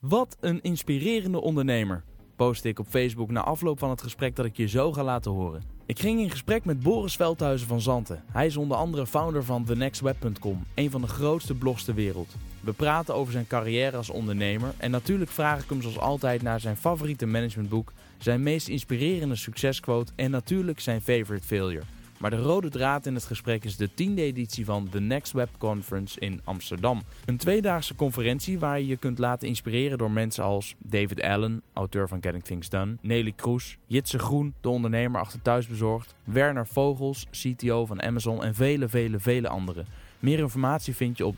Wat een inspirerende ondernemer, postte ik op Facebook na afloop van het gesprek dat ik je zo ga laten horen. Ik ging in gesprek met Boris Veldhuizen van Zanten. Hij is onder andere founder van TheNextWeb.com, een van de grootste blogs ter wereld. We praten over zijn carrière als ondernemer en natuurlijk vraag ik hem zoals altijd naar zijn favoriete managementboek, zijn meest inspirerende succesquote en natuurlijk zijn favorite failure. Maar de rode draad in het gesprek is de 10e editie van The Next Web Conference in Amsterdam. Een tweedaagse conferentie waar je je kunt laten inspireren door mensen als David Allen, auteur van Getting Things Done, Nelly Kroes, Jitse Groen, de ondernemer achter Thuisbezorgd, Werner Vogels, CTO van Amazon en vele anderen. Meer informatie vind je op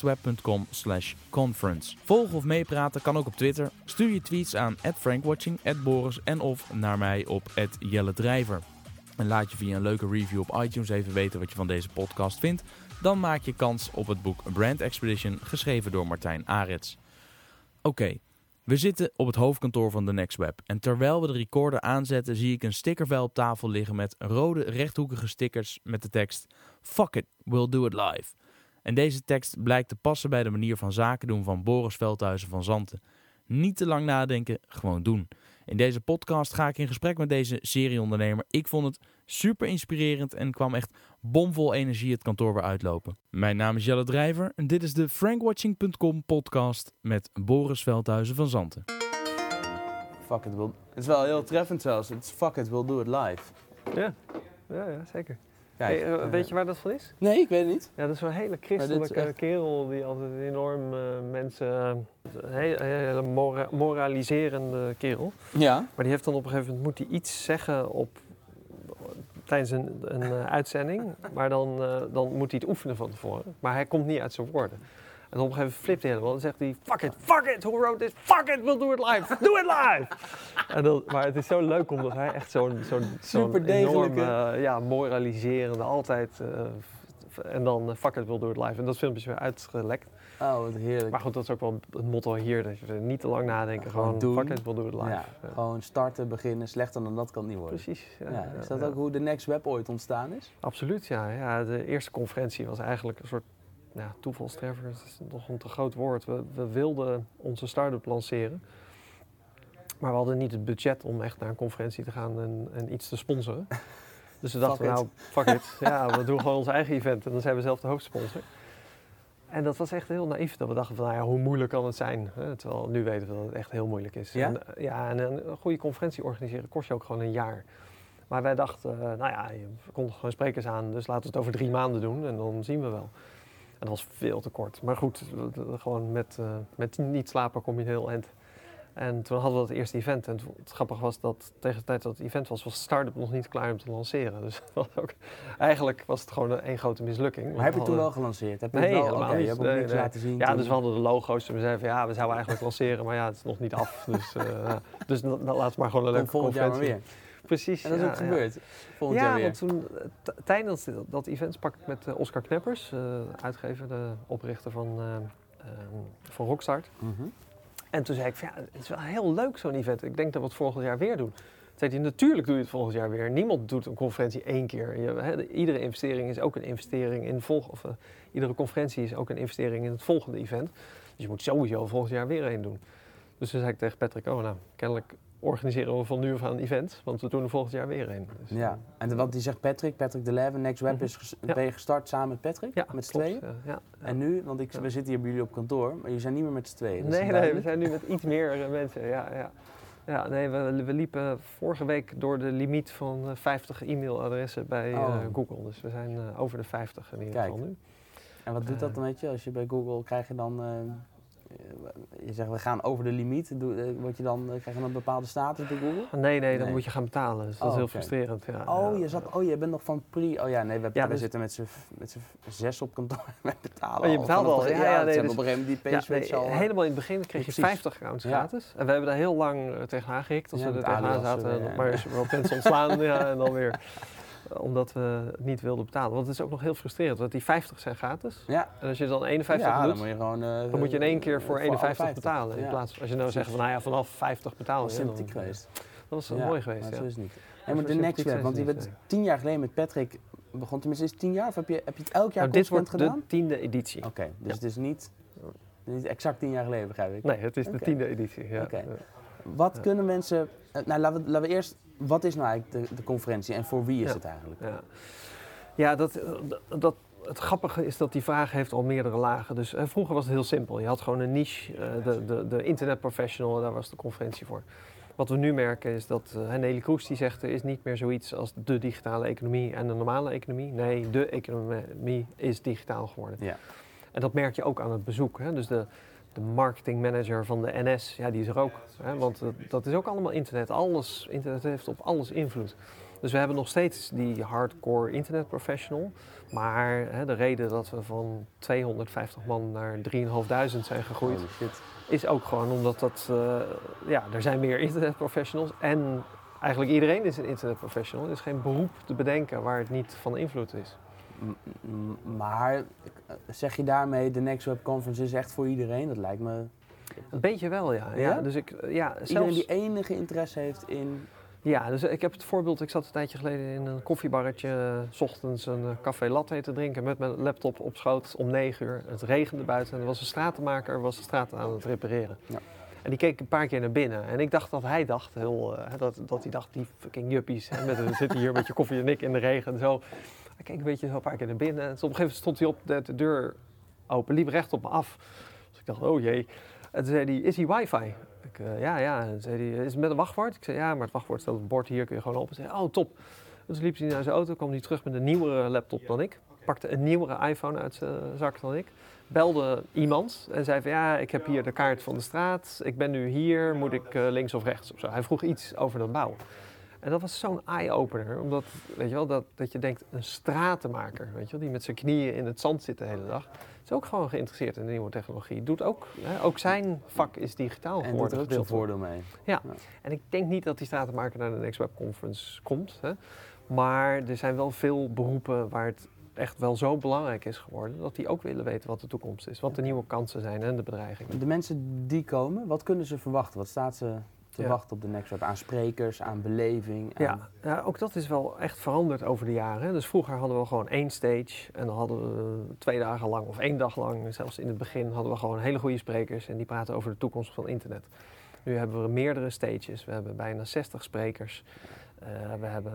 thenextweb.com/conference. Volgen of meepraten kan ook op Twitter. Stuur je tweets aan @frankwatching, @Boris en of naar mij op @JelleDrijver. En laat je via een leuke review op iTunes even weten wat je van deze podcast vindt. Dan maak je kans op het boek Brand Expedition, geschreven door Martijn Arets. Oké, we zitten op het hoofdkantoor van The Next Web. En terwijl we de recorder aanzetten, zie ik een stickervel op tafel liggen met rode rechthoekige stickers met de tekst "Fuck it, we'll do it live". En deze tekst blijkt te passen bij de manier van zaken doen van Boris Veldhuizen van Zanten. Niet te lang nadenken, gewoon doen. In deze podcast ga ik in gesprek met deze serieondernemer. Ik vond het super inspirerend en kwam echt bomvol energie het kantoor weer uitlopen. Mijn naam is Jelle Drijver en dit is de frankwatching.com podcast met Boris Veldhuizen van Zanten. Fuck it, het is wel heel treffend zelfs. Het is fuck it, we'll do it live. Ja, zeker. Kijk, Weet je waar dat van is? Nee, ik weet het niet. Ja, dat is zo'n hele christelijke kerel die altijd enorm mensen... een hele moraliserende kerel. Ja. Maar die heeft dan op een gegeven moment moet hij iets zeggen tijdens een uitzending. Maar dan moet hij het oefenen van tevoren. Maar hij komt niet uit zijn woorden. En op een gegeven moment flipt hij helemaal. Dan zegt hij, fuck it, who wrote this? Fuck it, we'll do it live, do it live! Maar het is zo leuk omdat hij echt zo'n enorm moraliserende, altijd... en dan fuck it, we'll do it live. En dat filmpje is weer uitgelekt. Oh, wat heerlijk. Maar goed, dat is ook wel het motto hier. Dat je er niet te lang nadenken, gewoon doen. fuck it, we'll do it live. Ja, gewoon starten, beginnen. Slechter dan dat kan het niet worden. Precies. Is dat ook hoe de Next Web ooit ontstaan is? Absoluut, ja. De eerste conferentie was eigenlijk een soort... toevalstreffer, dat is nog een te groot woord. We wilden onze start-up lanceren. Maar we hadden niet het budget om echt naar een conferentie te gaan en iets te sponsoren. Dus we dachten, fuck it. Ja, we doen gewoon ons eigen event en dan zijn we zelf de hoofdsponsor. En dat was echt heel naïef. Dat we dachten van, hoe moeilijk kan het zijn? Terwijl nu weten we dat het echt heel moeilijk is. Ja? En een goede conferentie organiseren kost je ook gewoon een jaar. Maar wij dachten, je komt gewoon sprekers aan, dus laten we het over 3 maanden doen en dan zien we wel. En dat was veel te kort. Maar goed, gewoon met niet slapen kom je een heel eind. En toen hadden we het eerste event. En het grappige was dat tegen de tijd dat het event was de start-up nog niet klaar om te lanceren. Dus eigenlijk was het gewoon een grote mislukking. Maar heb je toen wel gelanceerd? Heb je nee, wel, helemaal niet. Je hebt ook niks laten zien. Ja, dus we hadden de logo's. En we zeiden van we zouden eigenlijk lanceren, maar het is nog niet af. Dus dan laten we maar gewoon een leuke conferentie. Weer. Precies. En dat is ook gebeurd? Volgend jaar weer? Want toen, tijdens dat event sprak ik met Oscar Kneppers, uitgever, de oprichter van Rockstart. Mm-hmm. En toen zei ik van het is wel heel leuk zo'n event. Ik denk dat we het volgend jaar weer doen. Toen zei hij, natuurlijk doe je het volgend jaar weer. Niemand doet een conferentie 1 keer. Iedere investering is ook een investering in iedere conferentie is ook een investering in het volgende event. Dus je moet sowieso volgend jaar weer 1 doen. Dus toen zei ik tegen Patrick, kennelijk organiseren we van nu af aan een event, want we doen er volgend jaar weer 1. Dus, en wat die zegt Patrick de Leve, Next Web ben je gestart samen met Patrick? Ja, met z'n tweeën? Ja. En nu, want we zitten hier bij jullie op kantoor, maar jullie zijn niet meer met z'n tweeën. Nee, we zijn nu met iets meer mensen, we liepen vorige week door de limiet van 50 e-mailadressen bij Google. Dus we zijn over de 50 in ieder geval nu. En wat doet dat dan, weet je? Als je bij Google krijg je dan... je zegt, we gaan over de limiet. Krijg je dan een bepaalde status bij Google? Nee, dan moet je gaan betalen. Dus dat is heel frustrerend. Ja. Je bent nog van we zitten met z'n 6 op kantoor met betalen. Je betaalt al. Op een gegeven moment die pay-switch al. Helemaal in het begin kreeg je 50 accounts gratis. En we hebben daar heel lang tegenaan gehikt. Als we er tegenaan zaten, maar is er wel mensen ontslaan en dan weer... Omdat we het niet wilden betalen. Want het is ook nog heel frustrerend, want die 50 zijn gratis. Ja. En als je dan 51 doet, dan moet je in 1 keer voor 51 betalen. In plaats van als je nou zegt van vanaf 50 betalen. Dat is sympathiek geweest. Dat was mooi geweest, Zo is het niet. En met de Next Web, want je bent 10 jaar geleden met Patrick begon. Tenminste, is het 10 jaar of heb je het elk jaar consequent gedaan? Dit wordt de 10e editie. Oké, dus het is niet... Niet exact 10 jaar geleden, begrijp ik. Nee, het is de Oké. 10e editie. Ja. Oké. Wat kunnen mensen... Nou, laten we eerst... Wat is nou eigenlijk de conferentie en voor wie is het eigenlijk? Ja, het grappige is dat die vraag heeft al meerdere lagen. Dus vroeger was het heel simpel. Je had gewoon een niche, de internetprofessional, daar was de conferentie voor. Wat we nu merken is dat Nelly Kroes die zegt er is niet meer zoiets als de digitale economie en de normale economie. Nee, de economie is digitaal geworden. Ja. En dat merk je ook aan het bezoek. Hè? Dus de marketingmanager van de NS, ja, die is er ook. Hè? Want dat is ook allemaal internet. Internet heeft op alles invloed. Dus we hebben nog steeds die hardcore internetprofessional. Maar de reden dat we van 250 man naar 3.500 zijn gegroeid, Holy shit. is ook gewoon omdat er zijn meer internetprofessionals. En eigenlijk iedereen is een internetprofessional. Er is geen beroep te bedenken waar het niet van invloed is. Maar zeg je daarmee, de Next Web Conference is echt voor iedereen? Dat lijkt me... Een beetje wel, ja. Ja? Dus Iedereen die enige interesse heeft in... Ja, dus ik heb het voorbeeld, ik zat een tijdje geleden in een koffiebarretje, 's ochtends een café latte te drinken met mijn laptop op schoot om 9 uur. Het regende buiten en er was een stratenmaker, was de straat aan het repareren. Ja. En die keek een paar keer naar binnen en ik dacht dat hij dacht, dat hij dacht, die fucking juppies, we zitten hier met je koffie en ik in de regen en zo. Hij keek een beetje zo een paar keer naar binnen en op een gegeven moment stond hij op, de deur open, liep recht op me af. Dus ik dacht, oh jee. En toen zei hij, is hij wifi? Ja. En zei hij, is het met een wachtwoord? Ik zei, ja, maar het wachtwoord staat op het bord hier, kun je gewoon op. En zei, oh, top. En toen liep hij naar zijn auto, kwam hij terug met een nieuwere laptop dan ik. Pakte een nieuwere iPhone uit zijn zak dan ik. Belde iemand en zei van, ja, ik heb hier de kaart van de straat. Ik ben nu hier, moet ik links of rechts of zo. Hij vroeg iets over dat bouwen. En dat was zo'n eye-opener, omdat, weet je wel, dat je denkt, een stratenmaker, weet je wel, die met zijn knieën in het zand zit de hele dag, is ook gewoon geïnteresseerd in de nieuwe technologie. Doet ook zijn vak is digitaal geworden. En doet er ook veel voordeel mee. Ja, en ik denk niet dat die stratenmaker naar de Next Web Conference komt, hè. Maar er zijn wel veel beroepen waar het echt wel zo belangrijk is geworden, dat die ook willen weten wat de toekomst is, wat de nieuwe kansen zijn en de bedreigingen. De mensen die komen, wat kunnen ze verwachten? Wat staat ze te wachten op de Next Web? Aan sprekers, aan beleving? Ja, ook dat is wel echt veranderd over de jaren. Hè. Dus vroeger hadden we gewoon 1 stage en dan hadden we 2 dagen lang of 1 dag lang, zelfs in het begin hadden we gewoon hele goede sprekers en die praten over de toekomst van internet. Nu hebben we meerdere stages, we hebben bijna 60 sprekers. We hebben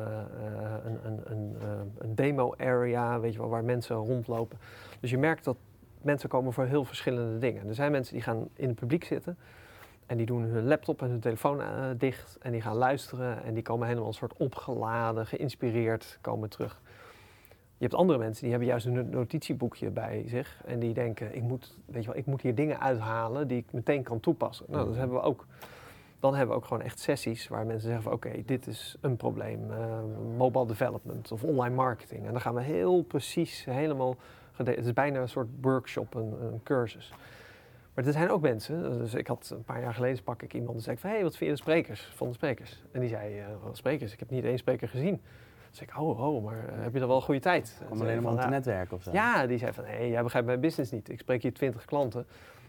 een demo area, weet je wel, waar mensen rondlopen. Dus je merkt dat mensen komen voor heel verschillende dingen. Er zijn mensen die gaan in het publiek zitten en die doen hun laptop en hun telefoon dicht en die gaan luisteren en die komen helemaal een soort opgeladen, geïnspireerd, komen terug. Je hebt andere mensen die hebben juist een notitieboekje bij zich en die denken, ik moet hier dingen uithalen die ik meteen kan toepassen. Nou, dat hebben we ook. Dan hebben we ook gewoon echt sessies waar mensen zeggen van oké, dit is een probleem, mobile development of online marketing. En dan gaan we heel precies, het is bijna een soort workshop, een cursus. Maar er zijn ook mensen, dus ik had een paar jaar geleden sprak ik iemand en zei van, wat vind je van de sprekers? En die zei, sprekers, ik heb niet één spreker gezien. Dus ik, maar heb je dan wel een goede tijd? Kom alleen maar om te netwerken of zo? Ja, die zei van, jij begrijpt mijn business niet. Ik spreek hier 20 klanten.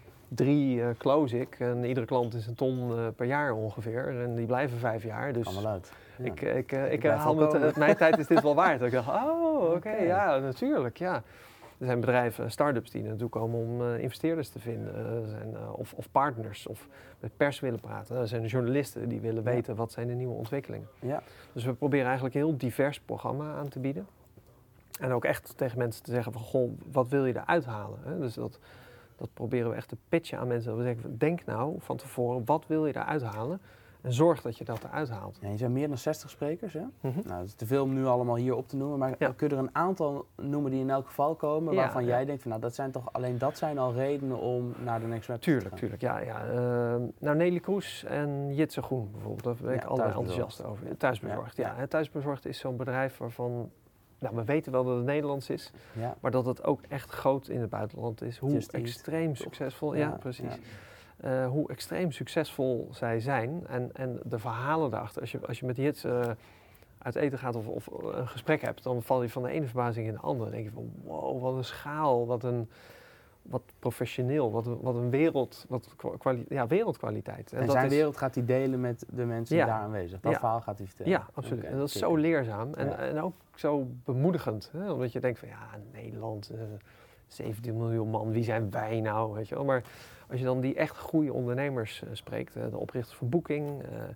3 close ik en iedere klant is een ton per jaar ongeveer en die blijven 5 jaar. Dus allemaal uit. Ja. Ik haal mijn tijd is dit wel waard. Ik dacht, oké, ja, natuurlijk, ja. Er zijn bedrijven, start-ups die naartoe komen om investeerders te vinden of partners of met pers willen praten. Er zijn journalisten die willen weten wat zijn de nieuwe ontwikkelingen. Ja. Dus we proberen eigenlijk een heel divers programma aan te bieden. En ook echt tegen mensen te zeggen van, goh, wat wil je eruit halen? Hè? Dus dat proberen we echt te pitchen aan mensen. We zeggen, denk nou van tevoren, wat wil je eruit halen? En zorg dat je dat eruit haalt. Ja, je zijn meer dan 60 sprekers, hè? Nou, het is te veel om nu allemaal hier op te noemen. Maar kun je er een aantal noemen die in elk geval komen... waarvan jij denkt, van, dat zijn al redenen om naar de Next Web te gaan? Tuurlijk, ja. Nou, Nelly Kroes en Jitse Groen bijvoorbeeld. Daar ben ik altijd enthousiast over. Thuisbezorgd, ja. Thuisbezorgd is zo'n bedrijf waarvan... Nou, we weten wel dat het Nederlands is, maar dat het ook echt groot in het buitenland is. Hoe extreem succesvol, ja precies. Ja. Hoe extreem succesvol zij zijn en de verhalen daarachter. Als je met Jits uit eten gaat of een gesprek hebt, dan val je van de ene verbazing in de andere. Dan denk je van, wow, wat een schaal, wat professioneel, wat een wereldkwaliteit. En zijn wereld gaat hij delen met de mensen daar aanwezig. Dat verhaal gaat hij vertellen. Ja, absoluut. En dat is zo leerzaam en ook zo bemoedigend. Hè? Omdat je denkt van, Nederland, 17 miljoen man, wie zijn wij nou, weet je wel. Maar als je dan die echt goede ondernemers spreekt, de oprichters van Booking,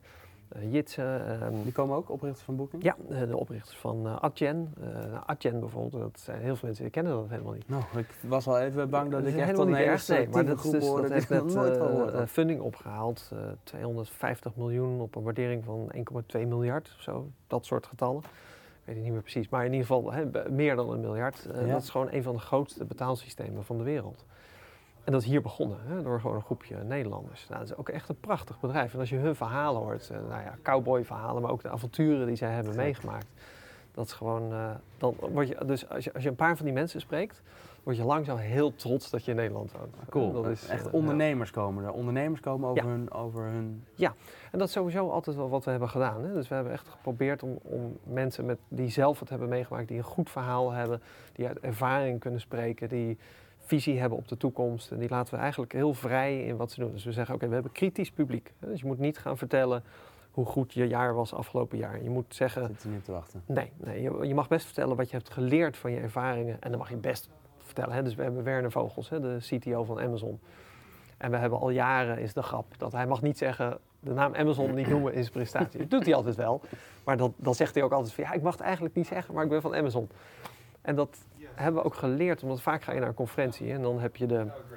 Jitse. Die komen ook, oprichters van Booking? Ja, de oprichters van Adyen. Adyen bijvoorbeeld, dat zijn heel veel mensen die kennen dat helemaal niet. Nou, ik was al even bang dat ik echt helemaal een niet erg, nee, maar dat heeft net funding opgehaald. 250 miljoen op een waardering van 1,2 miljard of zo. Dat soort getallen. Ik weet het niet meer precies, maar in ieder geval meer dan 1 miljard. Dat is gewoon een van de grootste betaalsystemen van de wereld. En dat is hier begonnen, door gewoon een groepje Nederlanders. Nou, dat is ook echt een prachtig bedrijf. En als je hun verhalen hoort, cowboy-verhalen, maar ook de avonturen die zij hebben meegemaakt. Dat is gewoon, dan word je, dus als je een paar van die mensen spreekt, word je langzaam heel trots dat je in Nederland woont. Cool, dat is echt ondernemers komen er. Ondernemers komen over hun... Ja, en dat is sowieso altijd wel wat we hebben gedaan. Hè? Dus we hebben echt geprobeerd om mensen die zelf het hebben meegemaakt, die een goed verhaal hebben, die uit ervaring kunnen spreken, die visie hebben op de toekomst. En die laten we eigenlijk heel vrij in wat ze doen. Dus we zeggen, we hebben kritisch publiek. Dus je moet niet gaan vertellen hoe goed je jaar was afgelopen jaar. Je moet zeggen... Zit er niet te wachten? Nee, je mag best vertellen wat je hebt geleerd van je ervaringen. En dan mag je best vertellen. Hè? Dus we hebben Werner Vogels, de CTO van Amazon. En we hebben al jaren, is de grap, dat hij mag niet zeggen, de naam Amazon niet noemen in zijn presentatie. Dat doet hij altijd wel. Maar dan zegt hij ook altijd van, ik mag het eigenlijk niet zeggen, maar ik ben van Amazon. En dat hebben we ook geleerd, omdat vaak ga je naar een conferentie en dan heb je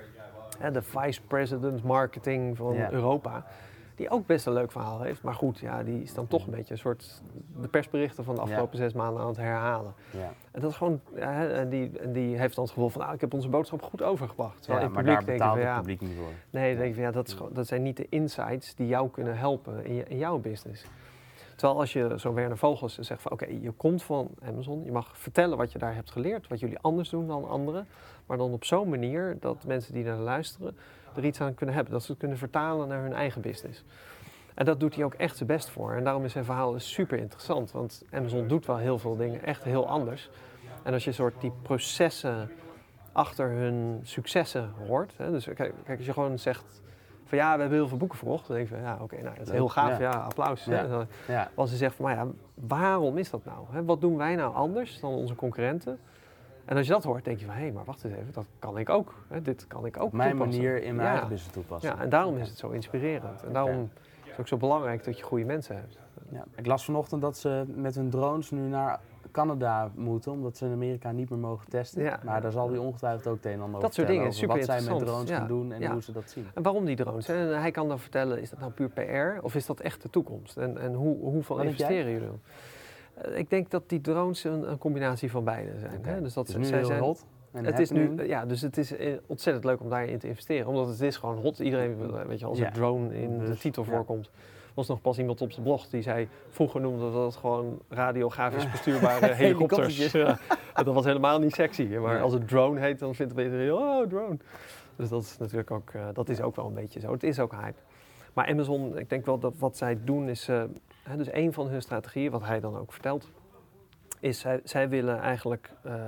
de vice president marketing van Europa, die ook best een leuk verhaal heeft. Maar goed, die is dan toch een beetje een soort de persberichten van de afgelopen 6 maanden aan het herhalen. Ja. En dat is gewoon, en die heeft dan het gevoel van, ik heb onze boodschap goed overgebracht. Terwijl in het publiek maar daar betaalt het publiek niet voor. Nee, dan denk je dat zijn niet de insights die jou kunnen helpen in jouw business. Terwijl als je zo'n Werner Vogels zegt van je komt van Amazon, je mag vertellen wat je daar hebt geleerd, wat jullie anders doen dan anderen, maar dan op zo'n manier dat mensen die naar luisteren er iets aan kunnen hebben, dat ze het kunnen vertalen naar hun eigen business. En dat doet hij ook echt zijn best voor. En daarom is zijn verhaal super interessant, want Amazon doet wel heel veel dingen echt heel anders. En als je soort die processen achter hun successen hoort, dus kijk, als je gewoon zegt van we hebben heel veel boeken verkocht. Dan denk je van dat is heel gaaf, applaus. Ja. Als ze zegt van waarom is dat nou? Wat doen wij nou anders dan onze concurrenten? En als je dat hoort, denk je van maar wacht eens even, dat kan ik ook. Dit kan ik ook op mijn manier in mijn eigen business toepassen. Ja, en daarom is het zo inspirerend. En daarom is het ook zo belangrijk dat je goede mensen hebt. Ja. Ik las vanochtend dat ze met hun drones nu naar Canada moeten, omdat ze in Amerika niet meer mogen testen. Ja. Maar daar zal hij ongetwijfeld ook het een en ander over vertellen. Dat soort dingen, super wat zij met drones gaan doen en hoe ze dat zien. En waarom die drones? En hij kan dan vertellen, is dat nou puur PR of is dat echt de toekomst? En hoeveel investeren jullie dan? Ik denk dat die drones een combinatie van beide zijn. Okay. Hè? Dus dat het is nu heel hot. Het is nu, dus het is ontzettend leuk om daarin te investeren. Omdat het is gewoon hot. Iedereen, weet je, als een drone in de titel voorkomt. Er was nog pas iemand op zijn blog die zei, vroeger noemde dat gewoon radiografisch bestuurbare helikopters. Dat was helemaal niet sexy. Maar als het drone heet, dan vindt iedereen, drone. Dus dat is natuurlijk ook, dat is ook wel een beetje zo. Het is ook hype. Maar Amazon, ik denk wel dat wat zij doen is, dus een van hun strategieën, wat hij dan ook vertelt, is zij willen eigenlijk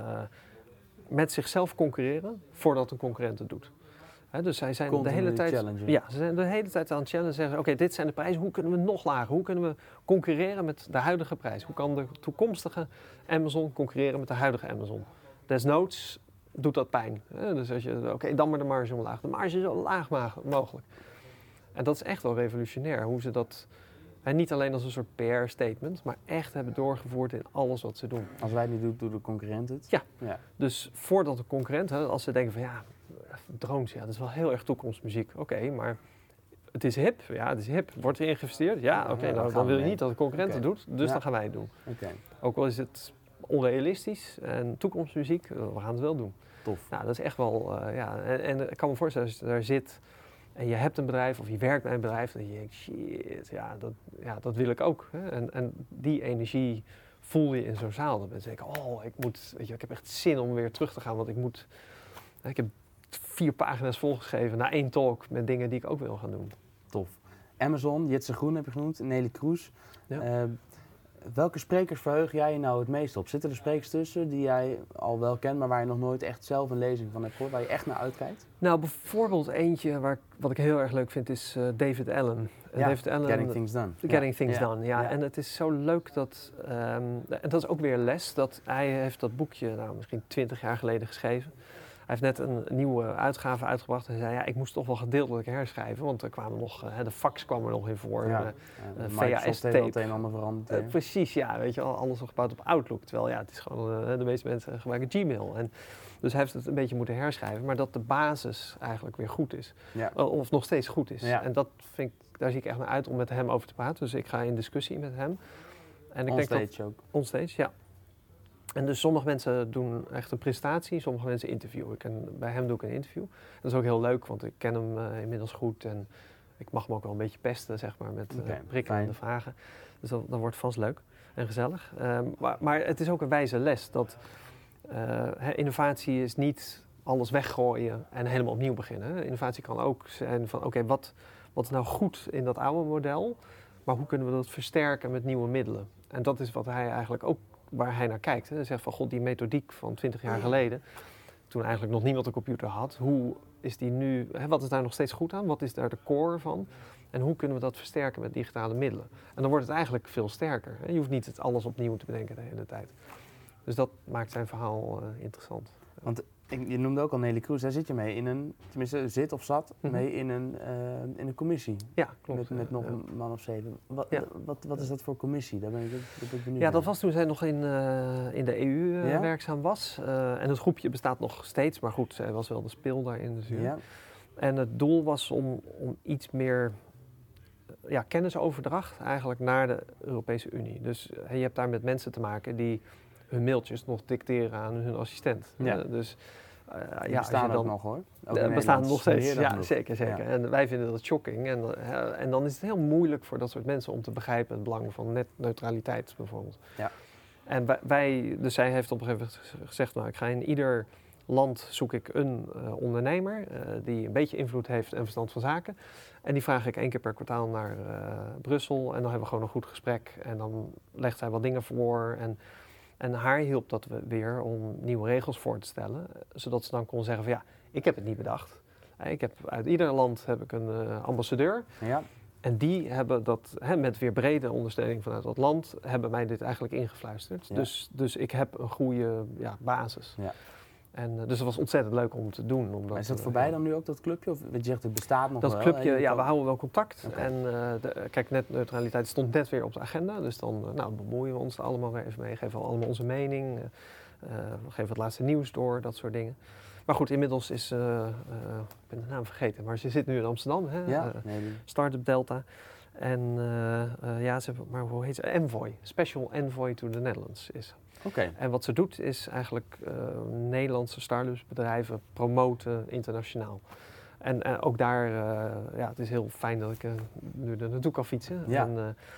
met zichzelf concurreren voordat een concurrent het doet. Dus zij zijn de hele tijd, ze zijn de hele tijd aan het challengen. Zeggen dit zijn de prijzen. Hoe kunnen we nog lager? Hoe kunnen we concurreren met de huidige prijs? Hoe kan de toekomstige Amazon concurreren met de huidige Amazon? Desnoods doet dat pijn. Dus als je, dan maar de marge omlaag. De marge zo laag mogelijk. En dat is echt wel revolutionair. Hoe ze dat, niet alleen als een soort PR-statement, maar echt hebben doorgevoerd in alles wat ze doen. Als wij het niet doen, doet de concurrent het? Ja. Dus voordat de concurrent, als ze denken van drones, dat is wel heel erg toekomstmuziek. Oké, maar het is hip. Ja, het is hip. Wordt er geïnvesteerd? Ja, dan wil je niet dat de concurrent het doet. Dus dan gaan wij het doen. Ook al is het onrealistisch en toekomstmuziek, we gaan het wel doen. Tof. Nou, dat is echt wel, en ik kan me voorstellen als je daar zit en je hebt een bedrijf of je werkt bij een bedrijf, dan denk je, shit, dat wil ik ook. Hè? En die energie voel je in zo'n zaal. Dan denk ik, ik heb echt zin om weer terug te gaan, want ik heb 4 pagina's volgeschreven naar 1 talk met dingen die ik ook wil gaan doen. Tof. Amazon, Jitse Groen heb je genoemd, Nelly Kroes. Ja. Welke sprekers verheug jij je nou het meest op? Zitten er sprekers tussen die jij al wel kent, maar waar je nog nooit echt zelf een lezing van hebt gehoord, waar je echt naar uitkijkt? Nou, bijvoorbeeld eentje wat ik heel erg leuk vind is David Allen. David Allen, Getting Things Done. Getting Things Done, ja. En het is zo leuk dat, en dat is ook weer les, dat hij heeft dat boekje misschien 20 jaar geleden geschreven. heeft net een nieuwe uitgave uitgebracht en zei, ja, ik moest toch wel gedeeltelijk herschrijven, want er kwamen nog, de fax kwam er nog in voor, VHS-tape. Het een en ander veranderd. Precies, ja, weet je, alles gebouwd op Outlook, terwijl ja, het is gewoon, de meeste mensen gebruiken Gmail. En dus hij heeft het een beetje moeten herschrijven, maar dat de basis eigenlijk weer goed is. Ja. Of nog steeds goed is. Ja. En dat vind ik, daar zie ik echt naar uit om met hem over te praten. Dus ik ga in discussie met hem. En ik denk dat ook. Onstage, ja. En dus sommige mensen doen echt een presentatie, sommige mensen interviewen. Bij hem doe ik een interview. Dat is ook heel leuk, want ik ken hem inmiddels goed en ik mag hem ook wel een beetje pesten, zeg maar, met prikkelende vragen. Dus dat wordt vast leuk en gezellig. Maar het is ook een wijze les dat innovatie is niet alles weggooien en helemaal opnieuw beginnen. Innovatie kan ook zijn van, oké, wat is nou goed in dat oude model, maar hoe kunnen we dat versterken met nieuwe middelen? En dat is wat hij eigenlijk ook, waar hij naar kijkt. Hij zegt van, god, die methodiek van 20 jaar geleden, toen eigenlijk nog niemand een computer had, hoe is die nu, wat is daar nog steeds goed aan? Wat is daar de core van? En hoe kunnen we dat versterken met digitale middelen? En dan wordt het eigenlijk veel sterker. Je hoeft niet alles opnieuw te bedenken de hele tijd. Dus dat maakt zijn verhaal interessant. Want je noemde ook al Neelie Kroes, daar zit je mee in een, tenminste zit of zat mee in een commissie. Ja, klopt. Met nog een man of 7. Wat is dat voor commissie? Daar ben ik benieuwd. Ja, dat was toen zij nog in de EU werkzaam was. En het groepje bestaat nog steeds, maar goed, zij was wel de speel daarin natuurlijk. Ja. En het doel was om iets meer kennisoverdracht eigenlijk naar de Europese Unie. Dus je hebt daar met mensen te maken die hun mailtjes nog dicteren aan hun assistent. Ja. Dus die bestaan ook nog hoor. Bestaan nog steeds, ja, zeker. Ja. En wij vinden dat shocking. En dan is het heel moeilijk voor dat soort mensen om te begrijpen het belang van netneutraliteit bijvoorbeeld. Ja. En dus zij heeft op een gegeven moment gezegd, nou, ik ga in ieder land zoek ik een ondernemer die een beetje invloed heeft en verstand van zaken. En die vraag ik 1 keer per kwartaal naar Brussel en dan hebben we gewoon een goed gesprek. En dan legt zij wat dingen voor en haar hielp dat weer om nieuwe regels voor te stellen, zodat ze dan kon zeggen van ja, ik heb het niet bedacht. Uit ieder land heb ik een ambassadeur. Ja. En die hebben dat, met weer brede ondersteuning vanuit dat land, hebben mij dit eigenlijk ingefluisterd. Ja. Dus ik heb een goede basis. Ja. En dus het was ontzettend leuk om te doen. Maar is dat voorbij dan nu ook, dat clubje? Of je zegt, het bestaat nog dat wel? Dat clubje, we houden wel contact. Okay. En kijk, netneutraliteit stond net weer op de agenda. Dus dan bemoeien we ons er allemaal weer even mee. Geven we allemaal onze mening. We geven het laatste nieuws door, dat soort dingen. Maar goed, inmiddels is, ik ben de naam vergeten, maar ze zit nu in Amsterdam. Hè? Ja, Startup Delta. En maar hoe heet ze? Envoy. Special Envoy to the Netherlands is. Okay. En wat ze doet is eigenlijk Nederlandse start-ups bedrijven promoten internationaal. En ook daar, het is heel fijn dat ik nu er naartoe kan fietsen. Ja.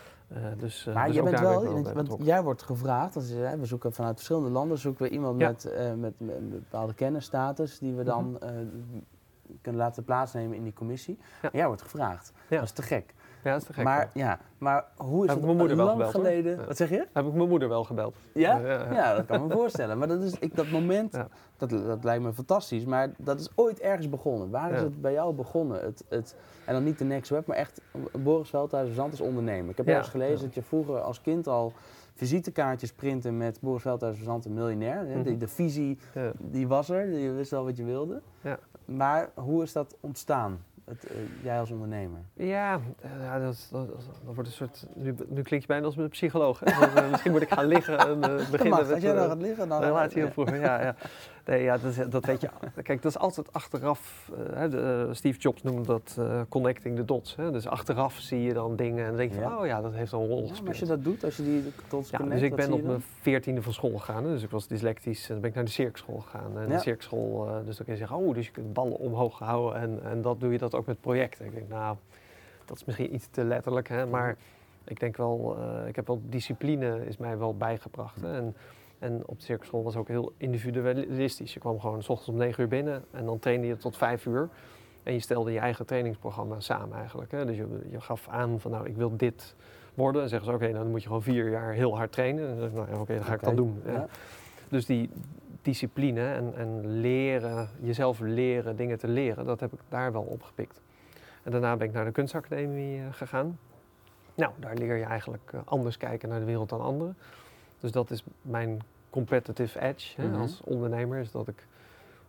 Maar je bent wel, want jij wordt gevraagd, we zoeken vanuit verschillende landen, zoeken we iemand met een bepaalde kennisstatus die we dan kunnen laten plaatsnemen in die commissie. Ja. Jij wordt gevraagd. Ja. Dat is te gek. Ja, dat is te gek. Maar hoe is het mijn moeder lang wel geleden? Ja. Wat zeg je? Heb ik mijn moeder wel gebeld. Ja? Ja, dat kan me voorstellen. Maar dat moment, dat lijkt me fantastisch. Maar dat is ooit ergens begonnen. Waar is het bij jou begonnen? En dan niet de Next Web, maar echt Boris Veldhuis Zand als ondernemer. Ik heb ergens gelezen dat je vroeger als kind al visitekaartjes printen met Boris Veldhuis Zand, een miljonair. De visie, die was er. Je wist al wat je wilde. Ja. Maar hoe is dat ontstaan? Jij als ondernemer? Ja, dat wordt een soort. Nu klink je bijna als een psycholoog. Hè? Misschien moet ik gaan liggen en beginnen. Als jij nou gaat liggen, dan. Relatie heel vroeger. Ja. Nee, dat weet je. Kijk, dat is altijd achteraf. Steve Jobs noemde dat connecting the dots. Hè? Dus achteraf zie je dan dingen en dan denk je van, dat heeft een rol gespeeld. Maar als je dat doet, als je die dots connect, dus ik ben op mijn 14e van school gegaan. Dus ik was dyslectisch en dan ben ik naar de cirkschool gegaan. En de cirkschool, dus dan kun je zeggen, dus je kunt ballen omhoog houden en dat doe je dat ook met projecten. Ik denk, dat is misschien iets te letterlijk, hè? Maar ik denk wel, ik heb wel discipline is mij wel bijgebracht. Hè? En op de circusschool was ook heel individualistisch. Je kwam gewoon 's ochtends om 9 uur binnen en dan trainde je tot 5 uur. En je stelde je eigen trainingsprogramma samen eigenlijk. Hè? Dus je gaf aan van ik wil dit worden. En zeggen ze oké, dan moet je gewoon 4 jaar heel hard trainen. En dan zeg ik dan ga ik dat doen. Ja. Dus die discipline en leren, jezelf leren, dingen te leren, dat heb ik daar wel opgepikt. En daarna ben ik naar de kunstacademie gegaan. Nou, daar leer je eigenlijk anders kijken naar de wereld dan anderen. Dus dat is mijn competitive edge als ondernemer. Is dat ik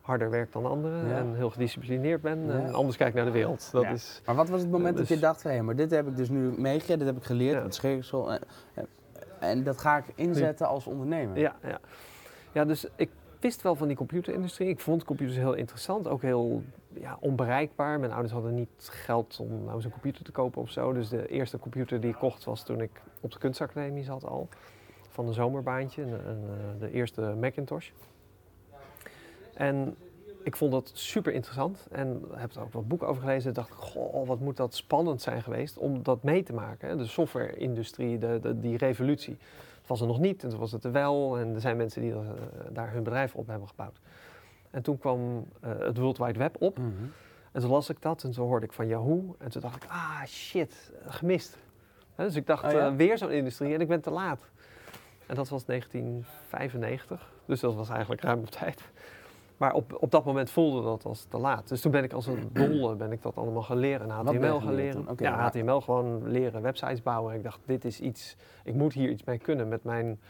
harder werk dan anderen en heel gedisciplineerd ben en anders kijk naar de wereld. Dat is, maar wat was het moment dat je dacht van, maar dit heb ik dus nu meegekregen, dit heb ik geleerd, het scheersel, en dat ga ik inzetten als ondernemer? Ja, dus ik wist wel van die computerindustrie. Ik vond computers heel interessant, ook heel onbereikbaar. Mijn ouders hadden niet geld om nou eens een computer te kopen of zo. Dus de eerste computer die ik kocht was toen ik op de kunstacademie zat al. Van een zomerbaantje, de eerste Macintosh. En ik vond dat super interessant en heb er ook wat boeken over gelezen. En dacht, goh, wat moet dat spannend zijn geweest om dat mee te maken. Hè? De software-industrie, die revolutie. Het was er nog niet en toen was het er wel. En er zijn mensen die daar hun bedrijf op hebben gebouwd. En toen kwam het World Wide Web op. Mm-hmm. En toen las ik dat en toen hoorde ik van Yahoo. En toen dacht ik, shit, gemist. Dus ik dacht, weer zo'n industrie en ik ben te laat. En dat was 1995, dus dat was eigenlijk ruim op tijd. Maar op dat moment voelde dat als te laat. Dus toen ben ik als een dolle dat allemaal gaan leren. En HTML gaan leren. HTML gewoon leren, websites bouwen. En ik dacht, dit is iets, ik moet hier iets mee kunnen met mijn...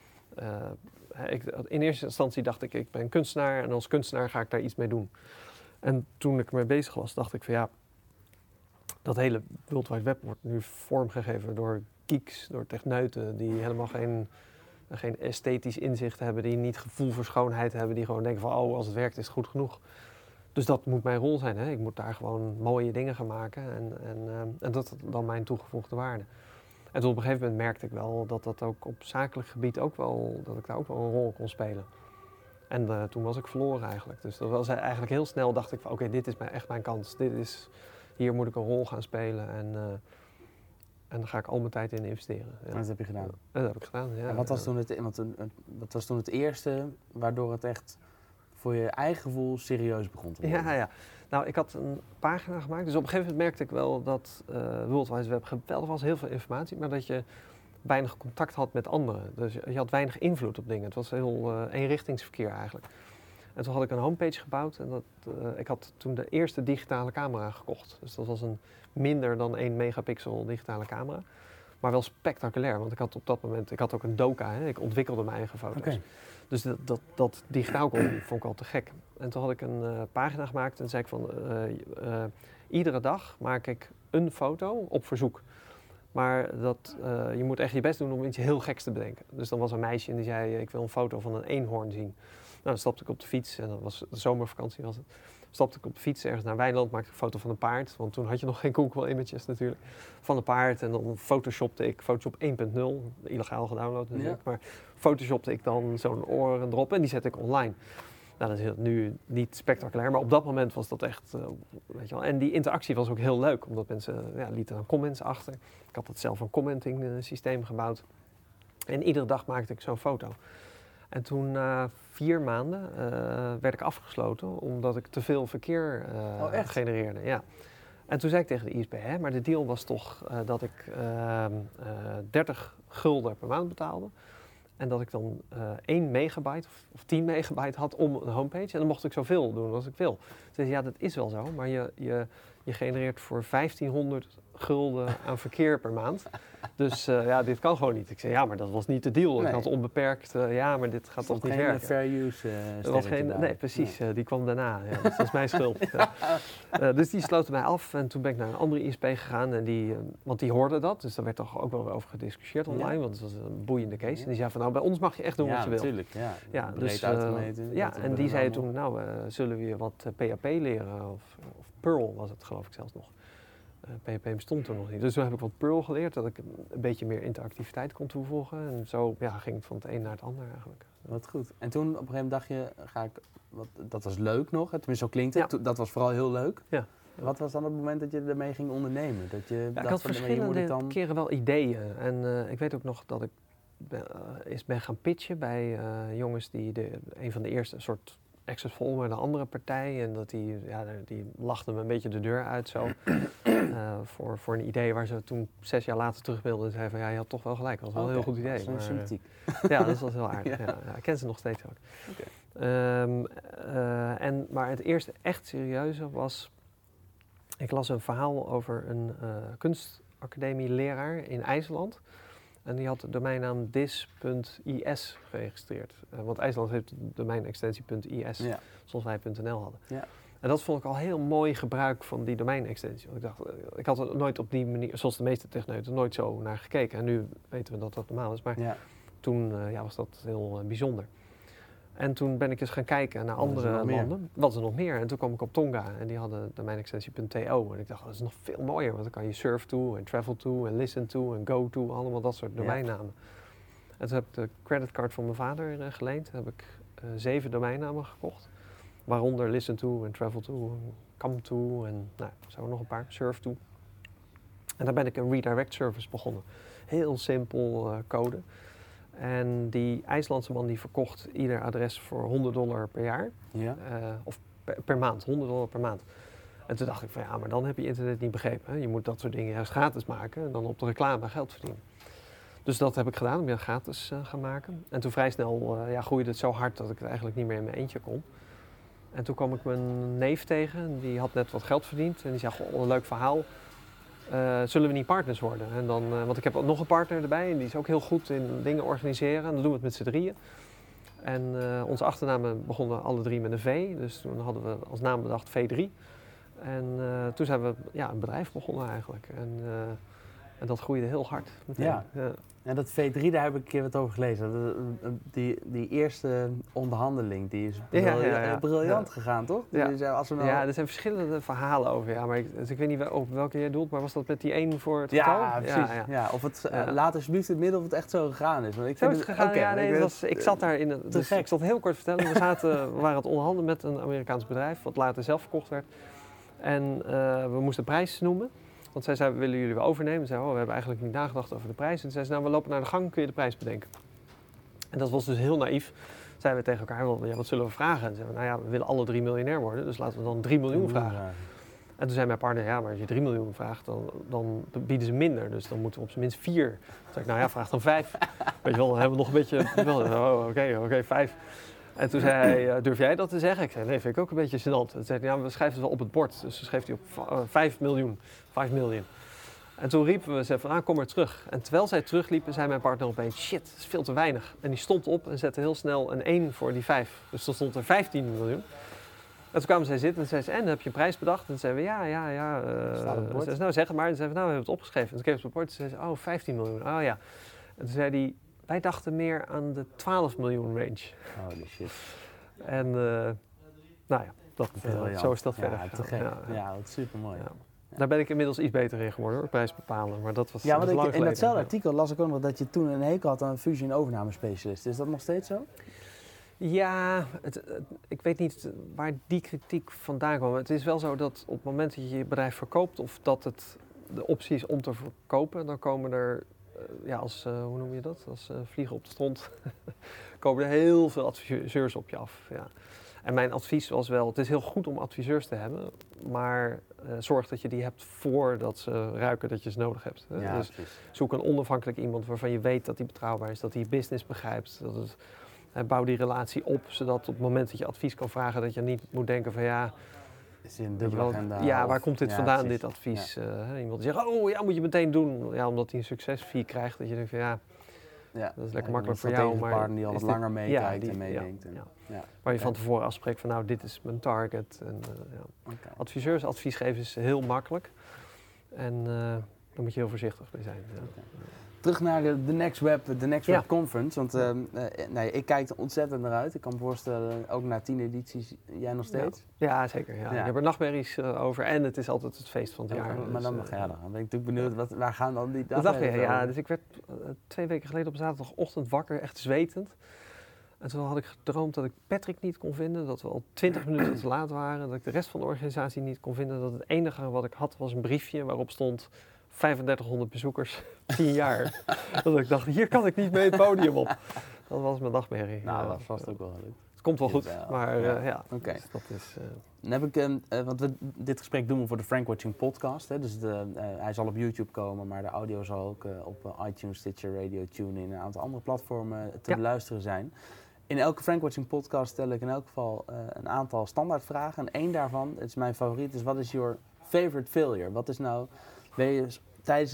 in eerste instantie dacht ik ben kunstenaar en als kunstenaar ga ik daar iets mee doen. En toen ik ermee bezig was, dacht ik van dat hele World Wide Web wordt nu vormgegeven door geeks, door techneuten die helemaal geen esthetisch inzicht hebben, die niet gevoel voor schoonheid hebben, die gewoon denken van als het werkt is het goed genoeg. Dus dat moet mijn rol zijn. Hè? Ik moet daar gewoon mooie dingen gaan maken en dat is dan mijn toegevoegde waarde. En toen op een gegeven moment merkte ik wel dat ook op zakelijk gebied ook wel, dat ik daar ook wel een rol kon spelen. En toen was ik verloren eigenlijk. Dus dat was eigenlijk heel snel dacht ik van oké, dit is echt mijn kans. Hier moet ik een rol gaan spelen en daar ga ik al mijn tijd in investeren. Ja. En dat heb je gedaan? Dat heb ik gedaan, ja. En wat was toen het eerste waardoor het echt voor je eigen gevoel serieus begon te worden? Ja. Nou, ik had een pagina gemaakt. Dus op een gegeven moment merkte ik wel dat World Wide Web geweldig was. Heel veel informatie, maar dat je weinig contact had met anderen. Dus je had weinig invloed op dingen. Het was heel eenrichtingsverkeer eigenlijk. En toen had ik een homepage gebouwd en ik had toen de eerste digitale camera gekocht. Dus dat was een minder dan 1 megapixel digitale camera. Maar wel spectaculair, want ik had op dat moment, ik had ook een Doka, ik ontwikkelde mijn eigen foto's. Okay. Dus dat digitaal vond ik al te gek. En toen had ik een pagina gemaakt en zei ik van, iedere dag maak ik een foto op verzoek. Maar je moet echt je best doen om iets heel geks te bedenken. Dus dan was een meisje en die zei, ik wil een foto van een eenhoorn zien. Nou, dan stapte ik op de fiets en dat was de zomervakantie was het. Stapte ik op de fiets ergens naar Wijnland, maakte ik een foto van een paard. Want toen had je nog geen Google Images natuurlijk. Van een paard en dan photoshopte ik, Photoshop 1.0, illegaal gedownload natuurlijk. Ja. Maar photoshopte ik dan zo'n oren erop en die zette ik online. Nou, dat is nu niet spectaculair, maar op dat moment was dat echt, weet je wel. En die interactie was ook heel leuk, omdat mensen lieten dan comments achter. Ik had dat zelf een commenting systeem gebouwd. En iedere dag maakte ik zo'n foto. En toen na 4 maanden werd ik afgesloten omdat ik te veel verkeer genereerde. Ja. En toen zei ik tegen de ISP, maar de deal was toch dat ik 30 gulden per maand betaalde. En dat ik dan 1 megabyte of 10 megabyte had om een homepage. En dan mocht ik zoveel doen als ik wil. Dus ja, dat is wel zo, maar je genereert voor 1500 gulden aan verkeer per maand. Dus dit kan gewoon niet. Ik zei, ja, maar dat was niet de deal. Nee. Ik had onbeperkt, maar dit gaat toch niet werken. Fair use nee, precies. Nee. Die kwam daarna. Ja, dat was mijn schuld. Dus die sloten mij af. En toen ben ik naar een andere ISP gegaan. En want die hoorde dat. Dus daar werd toch ook wel over gediscussieerd online. Want het was een boeiende case. En die zei van, nou, bij ons mag je echt doen wat je wil. Natuurlijk, ja, dus en die zei toen, nou, zullen we je wat PHP leren? Of Perl was het, geloof ik zelfs nog. PHP bestond toen nog niet. Dus toen heb ik wat Perl geleerd, dat ik een beetje meer interactiviteit kon toevoegen. En zo ging het van het een naar het ander eigenlijk. Wat goed. En toen op een gegeven moment dacht je, dat was leuk nog, tenminste zo klinkt het. Ja. Dat was vooral heel leuk. Ja. Wat was dan het moment dat je ermee ging ondernemen? Dat je dacht, ik had verschillende keren wel ideeën. En ik weet ook nog dat ik ben gaan pitchen bij jongens die een van de eerste soort succesvol met een andere partij en die lachten me een beetje de deur uit zo voor een idee waar ze toen 6 jaar later terugbeelden en zeiden van je had toch wel gelijk, dat was wel een heel goed idee. Dat is sympathiek. Ja, dat was heel aardig. Ja, ik ken ze nog steeds ook. Okay. Maar het eerste echt serieuze was, ik las een verhaal over een kunstacademieleraar in IJsland En die had de domeinnaam dis.is geregistreerd. Want IJsland heeft de domeinextensie.is, zoals wij .nl hadden. Ja. En dat vond ik al heel mooi gebruik van die domeinextensie. Want ik dacht, ik had er nooit op die manier, zoals de meeste techneuten, nooit zo naar gekeken. En nu weten we dat dat normaal is. Maar toen was dat heel bijzonder. En toen ben ik eens gaan kijken naar andere landen. Wat is er nog meer? En toen kwam ik op Tonga en die hadden domeinextensie.to. En ik dacht, dat is nog veel mooier. Want dan kan je surf to en travel to en listen to en go to. Allemaal dat soort domeinnamen. En toen heb ik de creditcard van mijn vader geleend. Toen heb ik 7 domeinnamen gekocht. Waaronder listen to en travel to en come to en zo nog een paar. Surf to. En daar ben ik een redirect service begonnen. Heel simpel code. En die IJslandse man die verkocht ieder adres voor $100 per jaar. Ja. Of per maand, $100 per maand. En toen dacht ik van maar dan heb je internet niet begrepen. Hè? Je moet dat soort dingen juist gratis maken en dan op de reclame geld verdienen. Dus dat heb ik gedaan, ik ben gratis gaan maken. En toen vrij snel groeide het zo hard dat ik het eigenlijk niet meer in mijn eentje kon. En toen kwam ik mijn neef tegen, die had net wat geld verdiend. En die zei, goh, een leuk verhaal. Zullen we niet partners worden? En dan, want ik heb ook nog een partner erbij en die is ook heel goed in dingen organiseren. En dan doen we het met z'n drieën. En onze achternamen begonnen alle 3 met een V. Dus toen hadden we als naam bedacht V3. En toen zijn we een bedrijf begonnen eigenlijk. En dat groeide heel hard. Ja. En dat V3, daar heb ik een keer wat over gelezen. Die eerste onderhandeling, die is briljant gegaan, toch? Ja. Er zijn verschillende verhalen over. Ja, maar ik weet niet op welke je doelt, maar was dat met die 1 voor het getal? Ja, precies. Ja. Of het laat alsjeblieft het midden of het echt zo gegaan is. Want ik zo is het gegaan? Ik zat daar in. Dus ik zal het heel kort vertellen. We waren het onderhandelen met een Amerikaans bedrijf, wat later zelf verkocht werd. En we moesten prijs noemen. Want zij zei, willen jullie wel overnemen? Ze zei, we hebben eigenlijk niet nagedacht over de prijs. En toen zei ze, we lopen naar de gang, kun je de prijs bedenken? En dat was dus heel naïef. Zeiden we tegen elkaar, wat zullen we vragen? En zeiden we, we willen alle 3 miljonair worden, dus laten we dan 3 miljoen vragen. En toen zei mijn partner, maar als je 3 miljoen vraagt, dan bieden ze minder. Dus dan moeten we op zijn minst 4. Toen zei ik, vraag dan 5. Weet je wel, dan hebben we nog een beetje, oké, 5. En toen zei hij, durf jij dat te zeggen? Ik zei, nee, vind ik ook een beetje gênant. Toen zei hij, we schrijven het wel op het bord. Dus toen schreef hij op 5 miljoen. 5 miljoen. En toen riepen we ze van, kom maar terug. En terwijl zij terugliepen, zei mijn partner opeens, shit, dat is veel te weinig. En die stond op en zette heel snel een 1 voor die 5. Dus dan stond er 15 miljoen. En toen kwamen zij zitten en zei ze, heb je een prijs bedacht? En toen zeiden we, ja. Zei ze, zeg het maar. En toen zeiden we, we hebben het opgeschreven. En toen kreeg ze op het bord en zei ze, 15 miljoen. Oh ja. En toen zei hij, wij dachten meer aan de 12 miljoen range. Holy shit. En zo is dat verder gegaan. Ja, wat supermooi. Ja. Daar ben ik inmiddels iets beter in geworden hoor, prijs bepalen. Maar dat was want in datzelfde artikel las ik ook nog dat je toen een hekel had aan een fusie- en overnamespecialist. Is dat nog steeds zo? Ja, ik weet niet waar die kritiek vandaan kwam. Het is wel zo dat op het moment dat je je bedrijf verkoopt of dat het de optie is om te verkopen, dan komen er, hoe noem je dat? Als vliegen op de stront, komen er heel veel adviseurs op je af. Ja. En mijn advies was wel, het is heel goed om adviseurs te hebben, maar zorg dat je die hebt voordat ze ruiken dat je ze nodig hebt. Ja, dus zoek een onafhankelijk iemand waarvan je weet dat hij betrouwbaar is, dat hij business begrijpt, dat het... Bouw die relatie op, zodat op het moment dat je advies kan vragen, dat je niet moet denken van is in dubbele agenda? Ja, waar komt dit vandaan, dit advies? Ja. Iemand die zegt, moet je meteen doen. Ja, omdat hij een succesfee krijgt, dat je denkt van dat is lekker makkelijk voor jou. Maar een partner die al wat langer meekijkt en meedenkt. Waar je van tevoren afspreekt van dit is mijn target. En, adviseurs advies geven is heel makkelijk. En daar moet je heel voorzichtig mee zijn. Ja. Okay. Terug naar de Next Web Conference, want ik kijk er ontzettend naar uit. Ik kan me voorstellen, ook na 10 edities, jij nog steeds? Ja zeker. Ja. Ik heb er nachtmerries over en het is altijd het feest van het jaar. Maar dan ben ik natuurlijk benieuwd, waar gaan dan die nachtmerries over? Dus ik werd 2 weken geleden op zaterdagochtend wakker, echt zwetend. En toen had ik gedroomd dat ik Patrick niet kon vinden, dat we al 20 minuten te laat waren, dat ik de rest van de organisatie niet kon vinden, dat het enige wat ik had was een briefje waarop stond 3500 bezoekers, 10 jaar. Dat ik dacht, hier kan ik niet mee het podium op. Dat was mijn nachtmerrie. Nou, dat was vast ook wel leuk. Het komt wel goed, maar Oké. Dus dat is... Dan heb ik, want dit gesprek doen we voor de Frank Watching podcast. Hè, dus hij zal op YouTube komen, maar de audio zal ook op iTunes, Stitcher, Radio, TuneIn en een aantal andere platformen te beluisteren zijn. In elke Frank Watching podcast stel ik in elk geval een aantal standaardvragen. En één daarvan, het is mijn favoriet, is wat is your favorite failure? Wat is nou, ben je tijdens het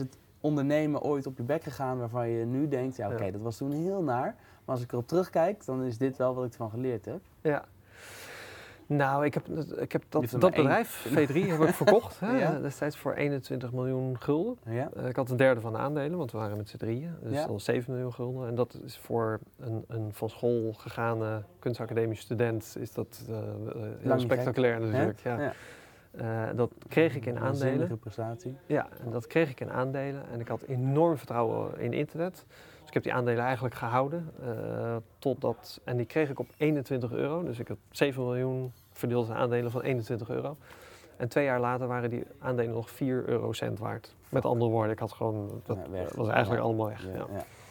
ondernemen ooit op je bek gegaan waarvan je nu denkt, ja oké, dat was toen heel naar. Maar als ik erop terugkijk, dan is dit wel wat ik ervan geleerd heb. Ja. Nou, ik heb dat bedrijf, V3, heb ik verkocht. Hè, destijds voor 21 miljoen gulden. Ja. Ik had een derde van de aandelen, want we waren met z'n drieën. Dus al 7 miljoen gulden. En dat is voor een van school gegaane kunstacademische student is dat heel spectaculair natuurlijk. Ja. Dat kreeg ik in aandelen. Een prestatie. Ja, en dat kreeg ik in aandelen. En ik had enorm vertrouwen in internet. Dus ik heb die aandelen eigenlijk gehouden. En die kreeg ik op €21. Dus ik had 7 miljoen verdeeld in aandelen van €21. En 2 jaar later waren die aandelen nog 4 eurocent waard. Met andere woorden, ik had gewoon... Dat was eigenlijk allemaal weg. Ja.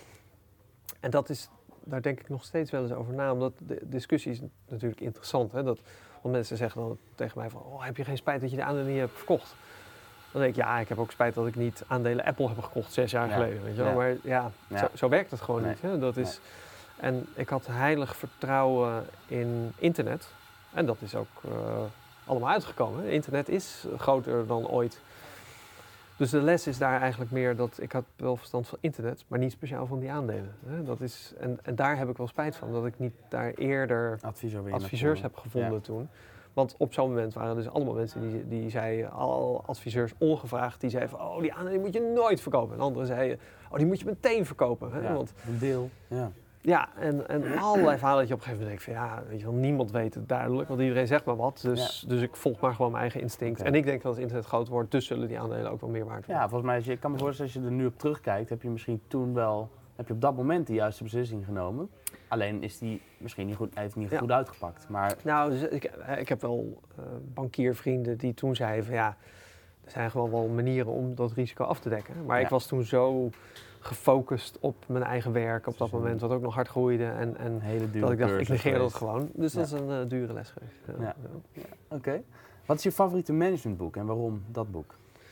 En daar denk ik nog steeds wel eens over na. Omdat de discussie is natuurlijk interessant. Hè? Want mensen zeggen dan tegen mij van... heb je geen spijt dat je de aandelen niet hebt verkocht? Dan denk ik, ik heb ook spijt dat ik niet aandelen Apple heb gekocht 6 jaar geleden. Weet je wel? Maar zo werkt het gewoon niet. Hè? Dat is, en ik had heilig vertrouwen in internet. En dat is ook allemaal uitgekomen. Hè? Internet is groter dan ooit. Dus de les is daar eigenlijk meer dat ik had wel verstand van internet, maar niet speciaal van die aandelen. Hè? Dat is, en daar heb ik wel spijt van, dat ik niet daar eerder adviseurs heb gevonden toen. Want op zo'n moment waren dus allemaal mensen die zeiden, al adviseurs ongevraagd, die zeiden van, die aandelen moet je nooit verkopen. En anderen zeiden, die moet je meteen verkopen. Hè? Want een deel, Ja, en allerlei verhalen dat je op een gegeven moment denkt van weet je wel, niemand weet het duidelijk, want iedereen zegt maar wat. Dus ik volg maar gewoon mijn eigen instinct. Okay. En ik denk dat als internet groot wordt, dus zullen die aandelen ook wel meer waard worden. Ja, volgens mij, ik kan me voorstellen, als je er nu op terugkijkt, heb je misschien toen wel, heb je op dat moment de juiste beslissing genomen. Alleen is die misschien niet goed, heeft niet goed uitgepakt. Maar... Nou, dus ik heb wel bankiervrienden die toen zeiden van er zijn gewoon wel manieren om dat risico af te dekken. Maar ik was toen zo gefocust op mijn eigen werk op dat moment, wat ook nog hard groeide. En dat ik dacht, ik negeer dat gewoon. Dus dat is een dure les geweest. Oké. Wat is je favoriete managementboek en waarom dat boek?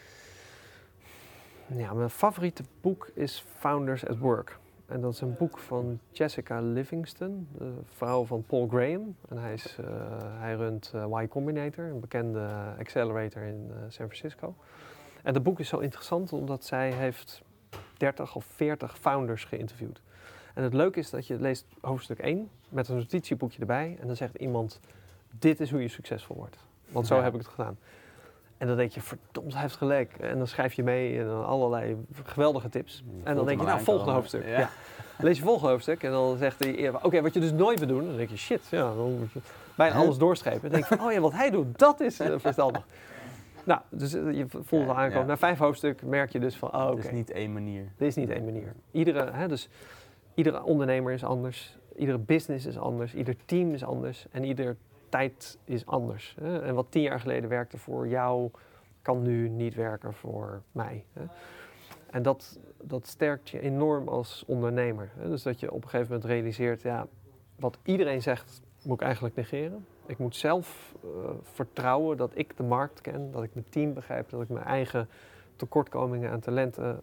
Ja, mijn favoriete boek is Founders at Work. En dat is een boek van Jessica Livingston, de vrouw van Paul Graham. En hij runt Y Combinator, een bekende accelerator in San Francisco. En dat boek is zo interessant omdat zij heeft 30 of 40 founders geïnterviewd. En het leuke is dat je leest hoofdstuk 1 met een notitieboekje erbij. En dan zegt iemand, dit is hoe je succesvol wordt. Want zo heb ik het gedaan. En dan denk je, verdomd, hij heeft gelijk. En dan schrijf je mee en dan allerlei geweldige tips. En dan denk je, volgende hoofdstuk. Ja. Dan lees je volgende hoofdstuk en dan zegt hij, oké, wat je dus nooit moet doen. Dan denk je, shit, dan moet je bijna alles doorschrijven. Dan denk je van, wat hij doet, dat is verstandig. Nou, dus je voelt al aankomen. Na 5 hoofdstukken merk je dus van, oké. Het is niet één manier. Dit is niet één manier. Iedere ondernemer is anders. Iedere business is anders. Ieder team is anders. En ieder tijd is anders. Hè? En wat 10 jaar geleden werkte voor jou, kan nu niet werken voor mij. Hè? En dat sterkt je enorm als ondernemer. Hè? Dus dat je op een gegeven moment realiseert, wat iedereen zegt, moet ik eigenlijk negeren. Ik moet zelf vertrouwen dat ik de markt ken, dat ik mijn team begrijp, dat ik mijn eigen tekortkomingen en talenten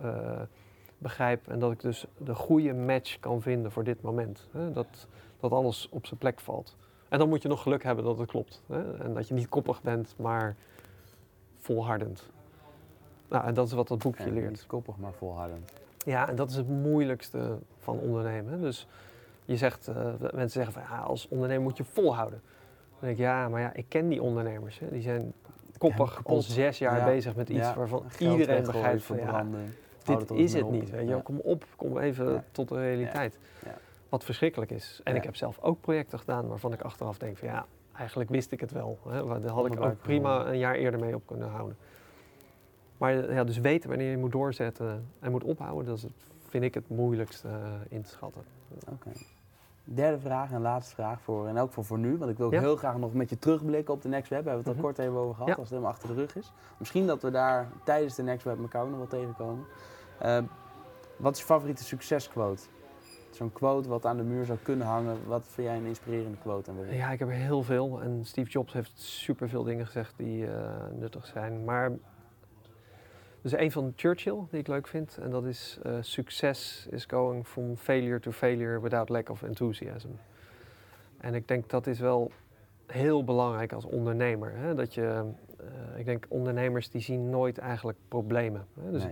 begrijp en dat ik dus de goede match kan vinden voor dit moment. Hè? Dat alles op zijn plek valt. En dan moet je nog geluk hebben dat het klopt. Hè? En dat je niet koppig bent, maar volhardend. Nou, en dat is wat dat boekje leert. Niet koppig, maar volhardend. Ja, en dat is het moeilijkste van ondernemen. Hè? Dus je zegt, mensen zeggen van als ondernemer moet je volhouden. Dan denk ik, maar ik ken die ondernemers. Hè? Die zijn koppig al 6 jaar bezig met iets waarvan iedereen begrijpt van dit is het niet. Weet je? Kom even tot de realiteit. Ja. Wat verschrikkelijk is. En ik heb zelf ook projecten gedaan waarvan ik achteraf denk van eigenlijk wist ik het wel. Hè? Daar had ik ook prima een jaar eerder mee op kunnen houden. Maar dus weten wanneer je moet doorzetten en moet ophouden, dat is vind ik het moeilijkste in te schatten. Oké. Derde vraag en laatste vraag in elk geval voor nu. Want ik wil ook heel graag nog met je terugblikken op de Next Web. Daar hebben we het al kort even over gehad, als het helemaal achter de rug is. Misschien dat we daar tijdens de Next Web elkaar ook nog wel tegenkomen. Wat is je favoriete succesquote? Zo'n quote wat aan de muur zou kunnen hangen. Wat vind jij een inspirerende quote? Ja, ik heb er heel veel. En Steve Jobs heeft superveel dingen gezegd die nuttig zijn. Maar dus een van Churchill die ik leuk vind. En dat is success is going from failure to failure without lack of enthusiasm. En ik denk dat is wel heel belangrijk als ondernemer. Hè? Dat je, ik denk ondernemers die zien nooit eigenlijk problemen. Hè? Dus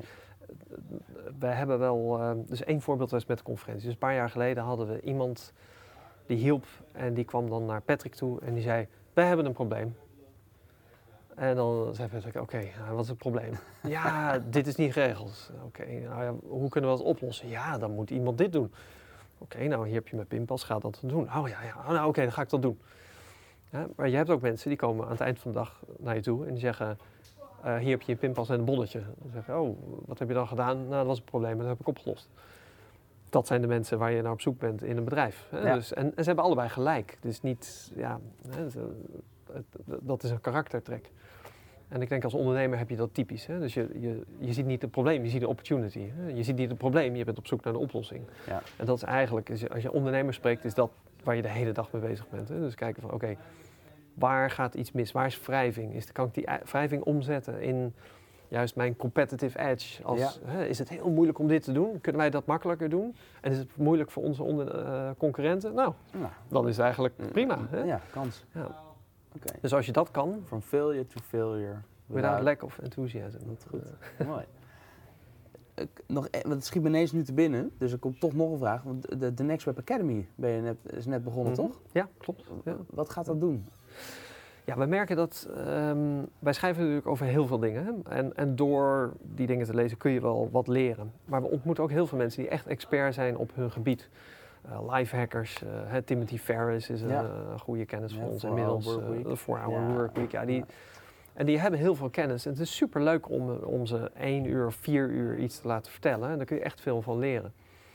wij hebben wel, dus één voorbeeld was met de conferentie. Dus een paar jaar geleden hadden we iemand die hielp en die kwam dan naar Patrick toe en die zei, wij hebben een probleem. En dan zei Patrick, oké, wat is het probleem? Ja, dit is niet geregeld. Oké, nou ja, hoe kunnen we dat oplossen? Ja, dan moet iemand dit doen. Oké, nou hier heb je mijn pinpas, ga dat doen. Oh ja, nou oké, dan ga ik dat doen. Ja, maar je hebt ook mensen die komen aan het eind van de dag naar je toe en die zeggen, hier heb je je pinpas en een bonnetje. Dan zeg je, oh, wat heb je dan gedaan? Nou, dat was een probleem, maar dat heb ik opgelost. Dat zijn de mensen waar je naar op zoek bent in een bedrijf. Hè? Ja. Dus, en ze hebben allebei gelijk. Dus niet, ja, hè, dat is een karaktertrek. En ik denk als ondernemer heb je dat typisch. Hè? Dus je ziet niet het probleem, je ziet de opportunity. Hè? Je ziet niet het probleem, je bent op zoek naar een oplossing. Ja. En dat is eigenlijk, als je ondernemer spreekt, is dat waar je de hele dag mee bezig bent. Hè? Dus kijken van oké, waar gaat iets mis? Waar is wrijving? Kan ik die wrijving omzetten in juist mijn competitive edge? Is het heel moeilijk om dit te doen? Kunnen wij dat makkelijker doen? En is het moeilijk voor onze concurrenten? Nou, dan is het eigenlijk prima. Hè? Ja, kans. Ja. Okay. Dus als je dat kan, From failure to failure. without lack of enthusiasm. Dat goed. Mooi. Want het schiet me ineens nu te binnen, dus er komt toch nog een vraag. Want de Next Web Academy is net begonnen, toch? Ja, klopt. Ja. Wat gaat dat doen? Ja, we merken dat wij schrijven natuurlijk over heel veel dingen. Hè? En door die dingen te lezen kun je wel wat leren. Maar we ontmoeten ook heel veel mensen die echt expert zijn op hun gebied. Lifehackers, Timothy Ferriss is een goede kennis van ons inmiddels. De 4-hour workweek. Ja, en die hebben heel veel kennis. En het is super leuk om ze 1 uur of 4 uur iets te laten vertellen. En daar kun je echt veel van leren.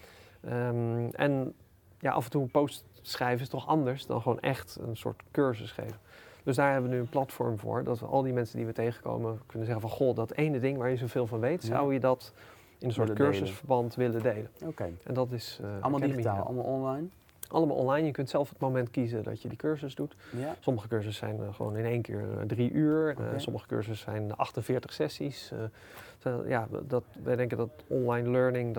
En ja, af en toe een post schrijven is toch anders dan gewoon echt een soort cursus geven. Dus daar hebben we nu een platform voor. Dat we al die mensen die we tegenkomen kunnen zeggen van goh, dat ene ding waar je zoveel van weet, zou je dat in een soort cursusverband willen delen. Oké. En dat is allemaal Academy, digitaal, allemaal online? Allemaal online. Je kunt zelf het moment kiezen dat je die cursus doet. Ja. Sommige cursussen zijn gewoon in 1 keer 3 uur. Sommige cursussen zijn 48 sessies. Wij denken dat online learning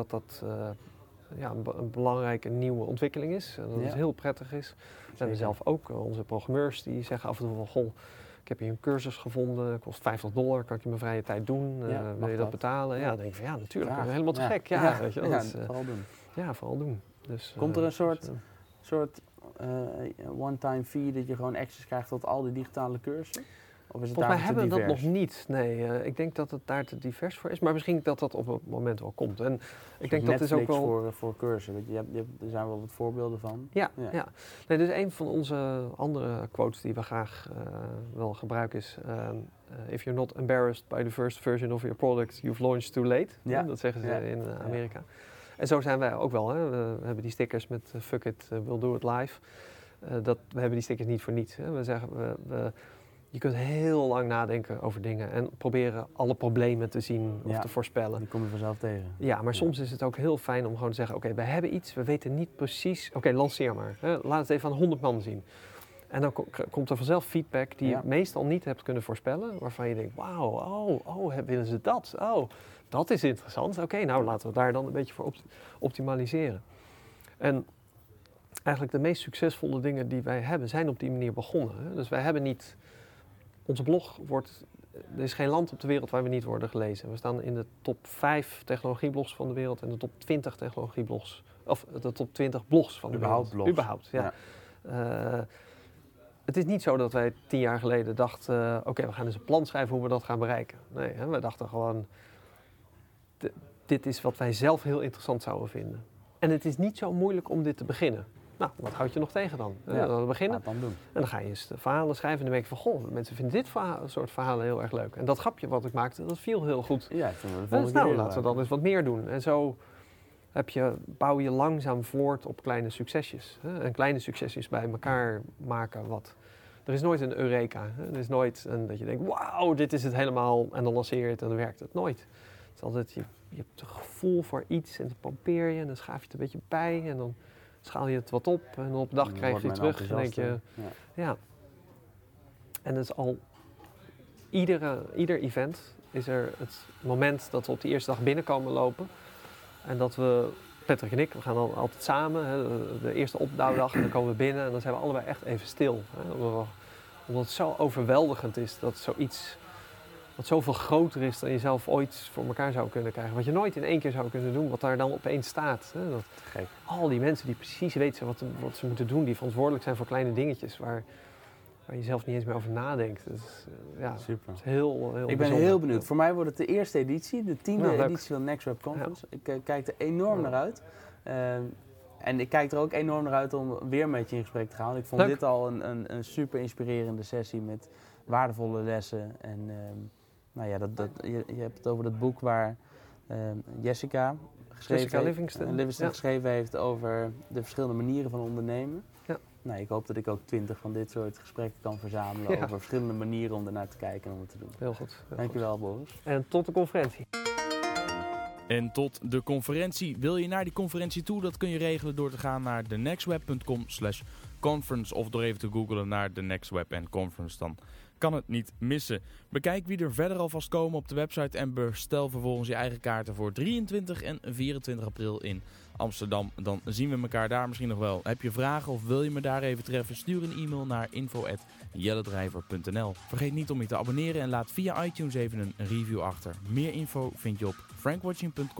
een belangrijke nieuwe ontwikkeling is. En dat het heel prettig is. We hebben zelf ook onze programmeurs die zeggen af en toe van goh, ik heb hier een cursus gevonden, kost $50, kan ik in mijn vrije tijd doen, wil je dat betalen? Ja, dan denk ik van ja, natuurlijk, helemaal te gek. Ja, weet je wel. Vooral doen. Ja, vooral doen. Dus, komt er een soort one-time fee dat je gewoon access krijgt tot al die digitale cursussen? Of is het volgens mij hebben we divers? dat nog niet. Nee, ik denk dat het daar te divers voor is, maar misschien dat dat op het moment wel komt. En ik denk dat is ook wel voor cursussen. Er zijn wel wat voorbeelden van. Ja. Nee, dus een van onze andere quotes die we graag wel gebruiken is: if you're not embarrassed by the first version of your product, you've launched too late. Ja. Dat zeggen ze in Amerika. Ja. En zo zijn wij ook wel. Hè. We hebben die stickers met fuck it, we'll do it live. We hebben die stickers niet voor niets. Hè. We zeggen je kunt heel lang nadenken over dingen en proberen alle problemen te zien of te voorspellen. Die kom je vanzelf tegen. Ja, maar soms is het ook heel fijn om gewoon te zeggen, oké, we hebben iets, we weten niet precies, oké, lanceer maar. Hè, laat het even aan 100 man zien. En dan komt er vanzelf feedback die je meestal niet hebt kunnen voorspellen, waarvan je denkt, wauw, willen ze dat? Oh, dat is interessant. Oké, nou laten we daar dan een beetje voor optimaliseren. En eigenlijk de meest succesvolle dingen die wij hebben, zijn op die manier begonnen. Hè. Dus wij hebben niet... Onze blog er is geen land op de wereld waar we niet worden gelezen. We staan in de top 5 technologieblogs van de wereld en de top 20 technologieblogs. Of de top 20 blogs van de wereld. Blogs. Überhaupt, ja. Het is niet zo dat wij 10 jaar geleden dachten, oké, we gaan eens een plan schrijven hoe we dat gaan bereiken. Nee, hè, we dachten gewoon, dit is wat wij zelf heel interessant zouden vinden. En het is niet zo moeilijk om dit te beginnen. Nou, wat houd je nog tegen dan? Dan beginnen. Dan doen. En dan ga je eens de verhalen schrijven en dan denk je van, goh, mensen vinden dit soort verhalen heel erg leuk. En dat grapje wat ik maakte, dat viel heel goed. Ja, laten we dan eens wat meer doen. En zo bouw je langzaam voort op kleine succesjes. Hè? En kleine succesjes bij elkaar maken wat. Er is nooit een eureka. Hè? Er is nooit dat je denkt, wauw, dit is het helemaal. En dan lanceer je het en dan werkt het nooit. Het is altijd, je hebt een gevoel voor iets en dan probeer je en dan schaaf je het een beetje bij en dan schaal je het wat op en op een dag krijg je het terug en denk je, ja. En het is al, ieder event is er het moment dat we op de eerste dag binnenkomen lopen en dat we, Patrick en ik, we gaan dan altijd samen, hè, de eerste opbouwdag en dan komen we binnen en dan zijn we allebei echt even stil. Hè, omdat het zo overweldigend is dat zoiets wat zoveel groter is dan je zelf ooit voor elkaar zou kunnen krijgen. Wat je nooit in één keer zou kunnen doen, wat daar dan opeens staat. Hè? Dat Gek. al die mensen die precies weten wat ze moeten doen, die verantwoordelijk zijn voor kleine dingetjes waar je zelf niet eens meer over nadenkt. Dat is, Super. Dat is heel Ik ben bijzonder. heel benieuwd. Voor mij wordt het de eerste editie, de 10e leuk. editie van Next Web Conference. Ik kijk er enorm naar uit. En ik kijk er ook enorm naar uit om weer met je in gesprek te gaan. Ik vond Leuk. dit al een super inspirerende sessie met waardevolle lessen. En je hebt het over dat boek waar Jessica Livingston geschreven heeft over de verschillende manieren van ondernemen. Ja. Nou, ik hoop dat ik ook 20 van dit soort gesprekken kan verzamelen over verschillende manieren om ernaar te kijken en om het te doen. Heel goed. Dankjewel, Boris. En tot de conferentie. En tot de conferentie. Wil je naar die conferentie toe? Dat kun je regelen door te gaan naar thenextweb.com/conference of door even te googlen naar The Next Web en Conference. Dan kan het niet missen. Bekijk wie er verder alvast komen op de website en bestel vervolgens je eigen kaarten voor 23 en 24 april in Amsterdam. Dan zien we elkaar daar misschien nog wel. Heb je vragen of wil je me daar even treffen? Stuur een e-mail naar info@jelledrijver.nl. Vergeet niet om je te abonneren en laat via iTunes even een review achter. Meer info vind je op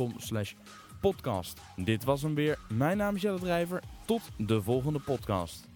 frankwatching.com/podcast. Dit was hem weer. Mijn naam is Jelle Drijver. Tot de volgende podcast.